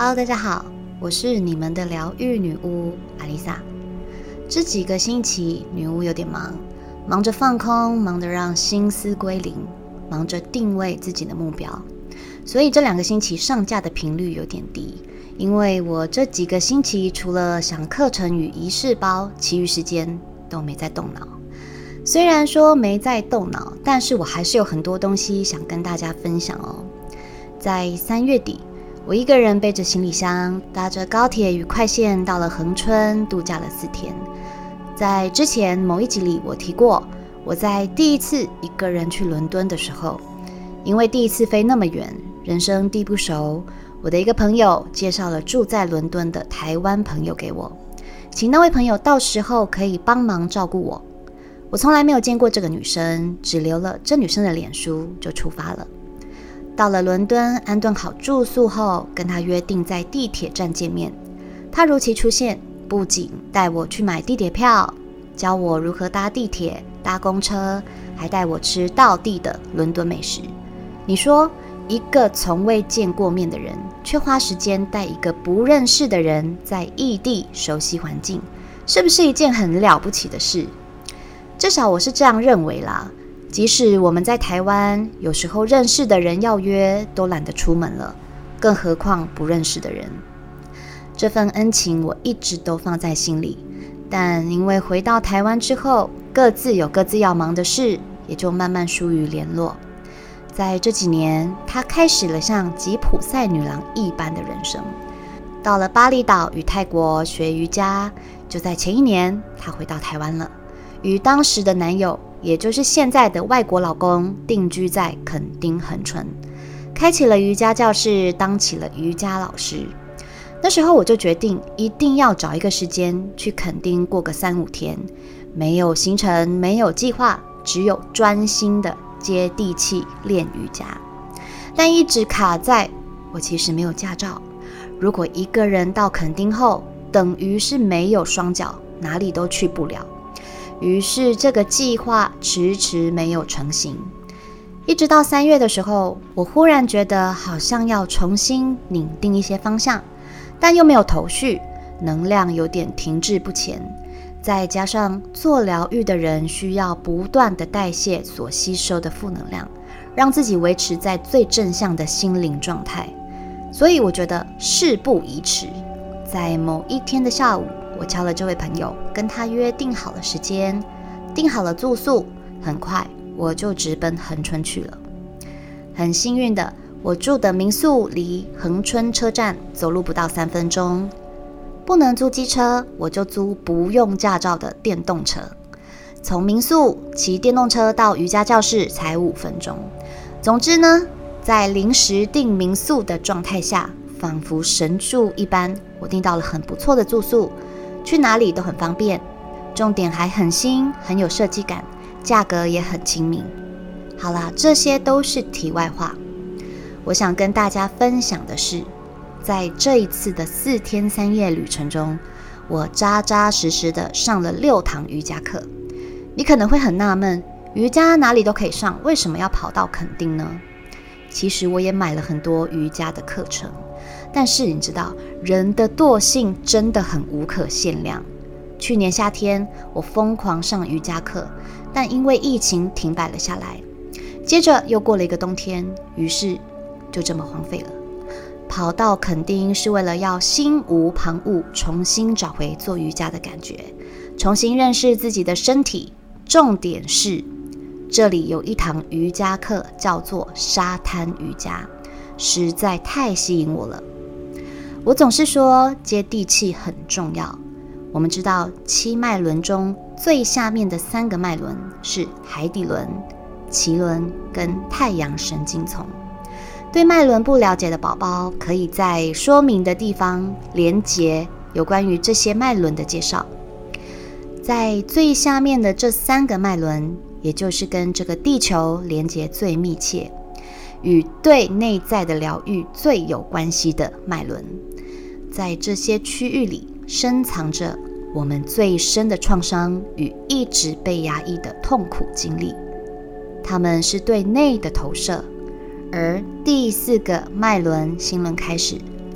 Hello， 大家好，我是你们的疗愈女巫阿丽萨。这几个星期，女巫有点忙着放空，忙着让心思归零，忙着定位自己的目标，所以这2个星期上架的频率有点低。因为我这几个星期除了想课程与仪式包，其余时间都没在动脑。虽然说没在动脑，但是我还是有很多东西想跟大家分享哦。在3月底，我一个人背着行李箱，搭着高铁与快线到了恒春度假了4天。在之前某一集里我提过，我在第一次一个人去伦敦的时候，因为第一次飞那么远，人生地不熟，我的一个朋友介绍了住在伦敦的台湾朋友给我，请那位朋友到时候可以帮忙照顾我。我从来没有见过这个女生，只留了这女生的脸书就出发了。到了伦敦，安顿好住宿后，跟她约定在地铁站见面。她如期出现，不仅带我去买地铁票，教我如何搭地铁、搭公车，还带我吃道地的伦敦美食。你说，一个从未见过面的人，却花时间带一个不认识的人在异地熟悉环境，是不是一件很了不起的事？至少我是这样认为啦。即使我们在台湾，有时候认识的人要约都懒得出门了，更何况不认识的人。这份恩情我一直都放在心里，但因为回到台湾之后，各自有各自要忙的事，也就慢慢疏于联络。在这几年，她开始了像吉普赛女郎一般的人生，到了巴厘岛与泰国学瑜伽。就在前1年，她回到台湾了，与当时的男友，也就是现在的外国老公，定居在垦丁恒春，开启了瑜伽教室，当起了瑜伽老师。那时候我就决定一定要找一个时间去垦丁过个3-5天，没有行程，没有计划，只有专心的接地气练瑜伽。但一直卡在我其实没有驾照，如果一个人到垦丁后，等于是没有双脚，哪里都去不了。于是这个计划迟迟没有成型。一直到3月的时候，我忽然觉得好像要重新拟定一些方向，但又没有头绪，能量有点停滞不前。再加上做疗愈的人需要不断的代谢所吸收的负能量，让自己维持在最正向的心灵状态。所以我觉得事不宜迟。在某一天的下午，我敲了这位朋友，跟他约定好了时间，订好了住宿，很快我就直奔恒春去了。很幸运的，我住的民宿离恒春车站走路不到3分钟。不能租机车，我就租不用驾照的电动车。从民宿骑电动车到瑜伽教室才5分钟。总之呢，在临时订民宿的状态下，仿佛神助一般，我订到了很不错的住宿，去哪里都很方便，重点还很新，很有设计感，价格也很亲民。好啦，这些都是题外话。我想跟大家分享的是，在这一次的4天3夜旅程中，我扎扎实实的上了6堂瑜伽课。你可能会很纳闷，瑜伽哪里都可以上，为什么要跑到垦丁呢？其实我也买了很多瑜伽的课程，但是你知道，人的惰性真的很无可限量。去年夏天，我疯狂上瑜伽课，但因为疫情停摆了下来。接着又过了一个冬天，于是就这么荒废了。跑到垦丁是为了要心无旁骛，重新找回做瑜伽的感觉，重新认识自己的身体。重点是，这里有一堂瑜伽课叫做沙滩瑜伽，实在太吸引我了。我总是说接地气很重要。我们知道7脉轮中最下面的3个脉轮是海底轮、脐轮跟太阳神经丛。对脉轮不了解的宝宝，可以在说明的地方连结有关于这些脉轮的介绍。在最下面的这3个脉轮，也就是跟这个地球连结最密切，与对内在的疗愈最有关系的脉轮。在这些区域里，深藏着我们最深的创伤与一直被压抑的痛苦经历，它们是对内的投射。而第4个脉轮心轮开始，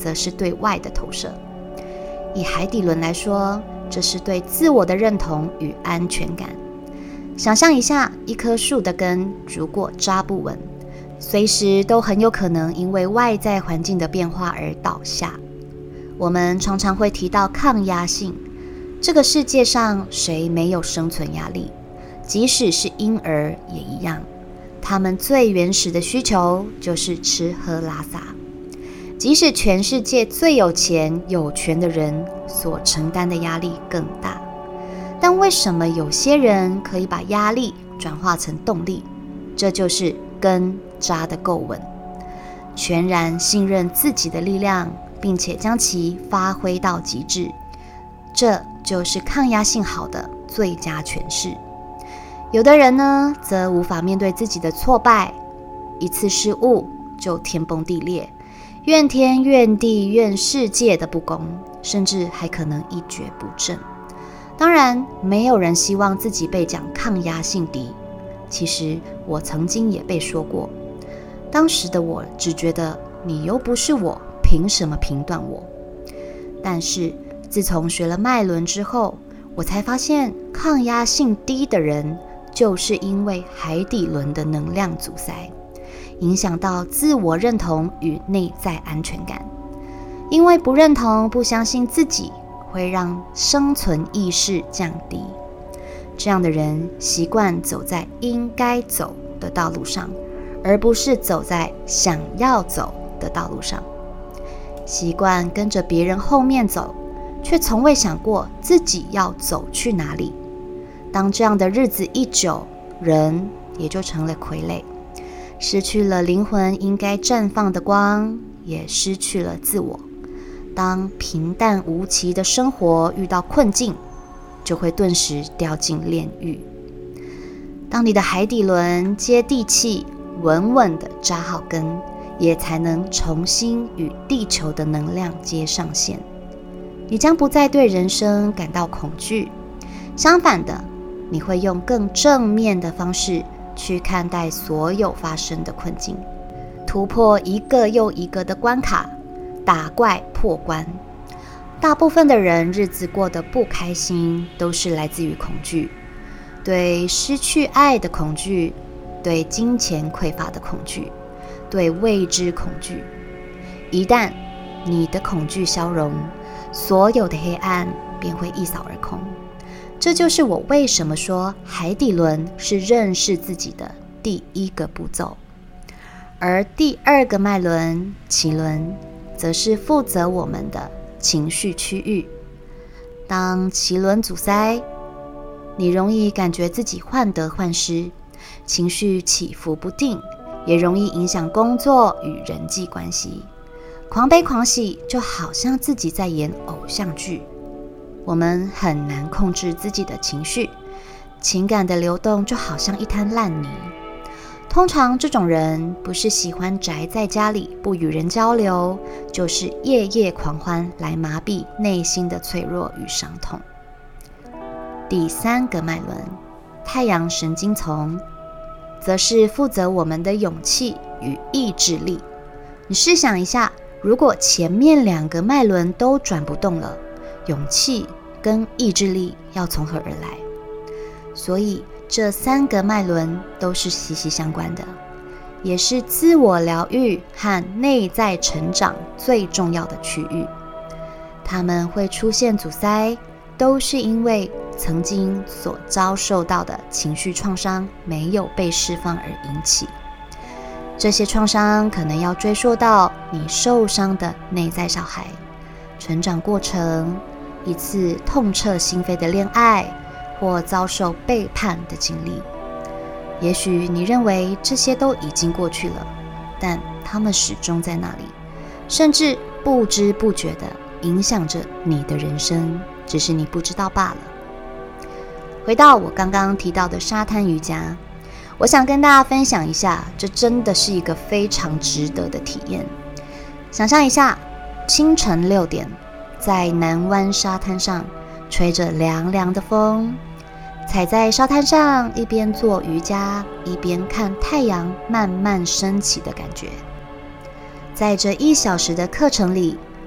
则是对外的投射。以海底轮来说，这是对自我的认同与安全感。想象一下，一棵树的根如果扎不稳，随时都很有可能因为外在环境的变化而倒下。我们常常会提到抗压性，这个世界上谁没有生存压力？即使是婴儿也一样，他们最原始的需求就是吃喝拉撒。即使全世界最有钱有权的人所承担的压力更大，但为什么有些人可以把压力转化成动力？这就是根扎得够稳，全然信任自己的力量，并且将其发挥到极致。这就是抗压性好的最佳诠释。有的人呢，则无法面对自己的挫败，一次失误就天崩地裂，怨天怨地怨世界的不公，甚至还可能一蹶不振。当然，没有人希望自己被讲抗压性低。其实我曾经也被说过，当时的我只觉得你又不是我，凭什么评断我？但是自从学了脉轮之后，我才发现抗压性低的人，就是因为海底轮的能量阻塞，影响到自我认同与内在安全感。因为不认同、不相信自己，会让生存意识降低。这样的人习惯走在应该走的道路上，而不是走在想要走的道路上。习惯跟着别人后面走，却从未想过自己要走去哪里。当这样的日子一久，人也就成了傀儡，失去了灵魂应该绽放的光，也失去了自我。当平淡无奇的生活遇到困境，就会顿时掉进炼狱。当你的海底轮接地气，稳稳地扎好根，也才能重新与地球的能量接上线。你将不再对人生感到恐惧，相反的，你会用更正面的方式去看待所有发生的困境，突破一个又一个的关卡，打怪破关。大部分的人日子过得不开心，都是来自于恐惧，对失去爱的恐惧，对金钱匮乏的恐惧，对未知恐惧。一旦你的恐惧消融，所有的黑暗便会一扫而空。这就是我为什么说海底轮是认识自己的第一个步骤。而第二个脉轮脐轮，则是负责我们的情绪区域。当脐轮阻塞，你容易感觉自己患得患失，情绪起伏不定，也容易影响工作与人际关系。狂悲狂喜，就好像自己在演偶像剧。我们很难控制自己的情绪，情感的流动就好像一滩烂泥。通常这种人不是喜欢宅在家里不与人交流，就是夜夜狂欢来麻痹内心的脆弱与伤痛。第三个脉轮太阳神经丛，则是负责我们的勇气与意志力。你试想一下，如果前面两个脉轮都转不动了，勇气跟意志力要从何而来？所以这三个脉轮都是息息相关的，也是自我疗愈和内在成长最重要的区域。它们会出现阻塞，都是因为曾经所遭受到的情绪创伤没有被释放而引起。这些创伤可能要追溯到你受伤的内在小孩、成长过程、一次痛彻心扉的恋爱，或遭受背叛的经历。也许你认为这些都已经过去了，但它们始终在那里，甚至不知不觉地影响着你的人生，只是你不知道罢了。回到我刚刚提到的沙滩瑜伽，我想跟大家分享一下，这真的是一个非常值得的体验。想象一下，清晨6点，在南湾沙滩上吹着凉凉的风，踩在沙滩上，一边做瑜伽，一边看太阳慢慢升起的感觉。在这1小时的课程里，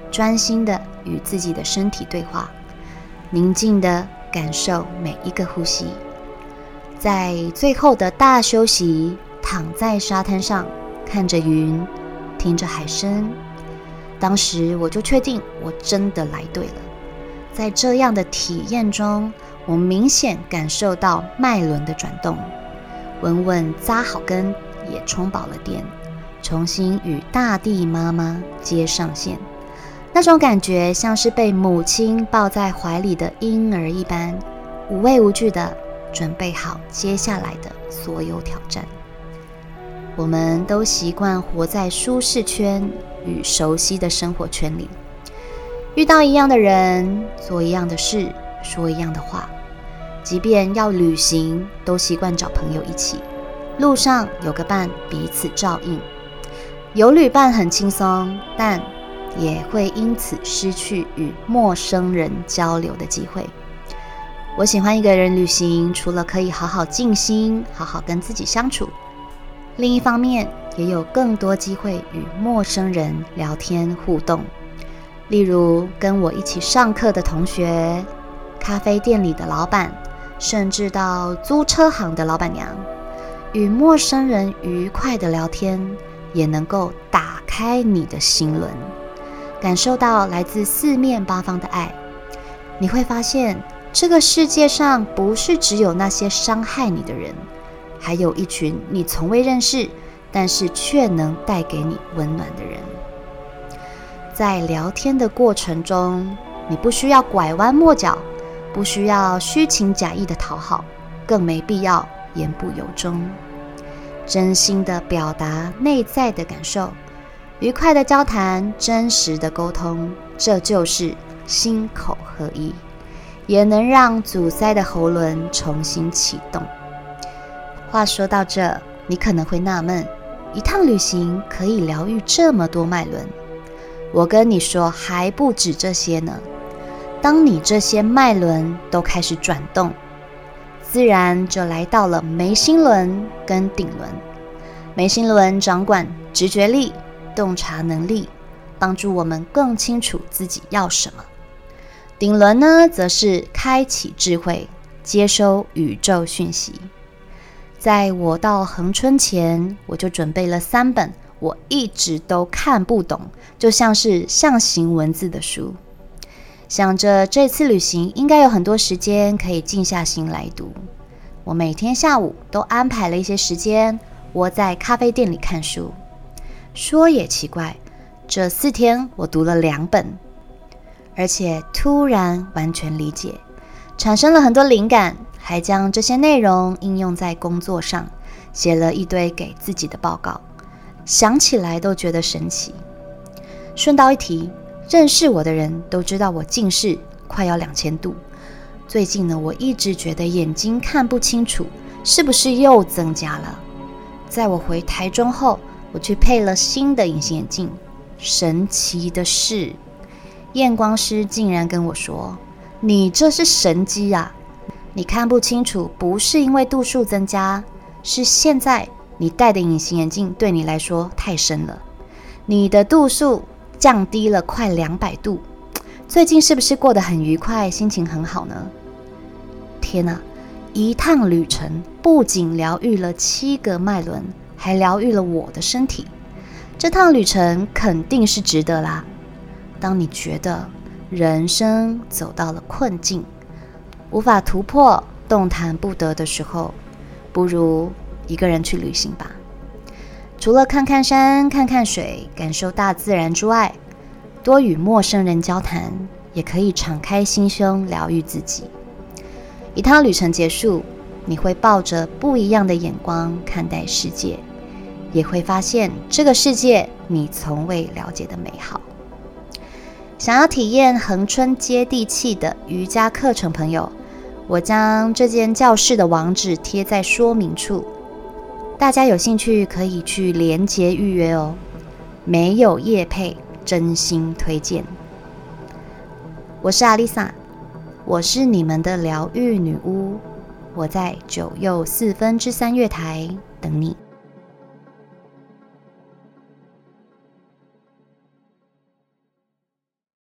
专心的与自己的身体对话，宁静的感受每一个呼吸。在最后的大休息，躺在沙滩上，看着云，听着海声，当时我就确定我真的来对了。在这样的体验中，我明显感受到脉轮的转动，稳稳扎好根，也充饱了电，重新与大地妈妈接上线。那种感觉像是被母亲抱在怀里的婴儿一般，无畏无惧的准备好接下来的所有挑战。我们都习惯活在舒适圈与熟悉的生活圈里，遇到一样的人，做一样的事，说一样的话，即便要旅行，都习惯找朋友一起，路上有个伴，彼此照应。有旅伴很轻松，但也会因此失去与陌生人交流的机会。我喜欢一个人旅行，除了可以好好静心，好好跟自己相处，另一方面也有更多机会与陌生人聊天互动。例如跟我一起上课的同学，咖啡店里的老板，甚至到租车行的老板娘，与陌生人愉快的聊天，也能够打开你的心轮，感受到来自四面八方的爱。你会发现，这个世界上不是只有那些伤害你的人，还有一群你从未认识，但是却能带给你温暖的人。在聊天的过程中，你不需要拐弯抹角，不需要虚情假意的讨好，更没必要言不由衷。真心的表达内在的感受，愉快的交谈，真实的沟通，这就是心口合一，也能让阻塞的喉轮重新启动。话说到这，你可能会纳闷，一趟旅行可以疗愈这么多脉轮。我跟你说，还不止这些呢。当你这些脉轮都开始转动，自然就来到了眉心轮跟顶轮。眉心轮掌管直觉力、洞察能力，帮助我们更清楚自己要什么。顶轮呢，则是开启智慧，接收宇宙讯息。在我到恒春前，我就准备了3本我一直都看不懂，就像是象形文字的书，想着这次旅行应该有很多时间可以静下心来读。我每天下午都安排了一些时间窝在咖啡店里看书。说也奇怪，这4天我读了2本，而且突然完全理解，产生了很多灵感，还将这些内容应用在工作上，写了一堆给自己的报告，想起来都觉得神奇。顺道一提，认识我的人都知道我近视快要2000度。最近呢，我一直觉得眼睛看不清楚，是不是又增加了？在我回台中后，我去配了新的隐形眼镜。神奇的是，验光师竟然跟我说，你这是神机啊，你看不清楚不是因为度数增加，是现在你戴的隐形眼镜对你来说太深了，你的度数降低了快200度。最近是不是过得很愉快，心情很好呢？天哪，一趟旅程不仅疗愈了7个脉轮，还疗愈了我的身体。这趟旅程肯定是值得啦。当你觉得人生走到了困境，无法突破，动弹不得的时候，不如一个人去旅行吧。除了看看山、看看水，感受大自然之外，多与陌生人交谈，也可以敞开心胸疗愈自己。一趟旅程结束，你会抱着不一样的眼光看待世界，也会发现这个世界你从未了解的美好。想要体验恒春接地气的瑜伽课程朋友，我将这间教室的网址贴在说明处，大家有兴趣可以去连结预约哦。没有业配，真心推荐。我是阿丽萨，我是你们的疗愈女巫，我在9又4分之3月台等你。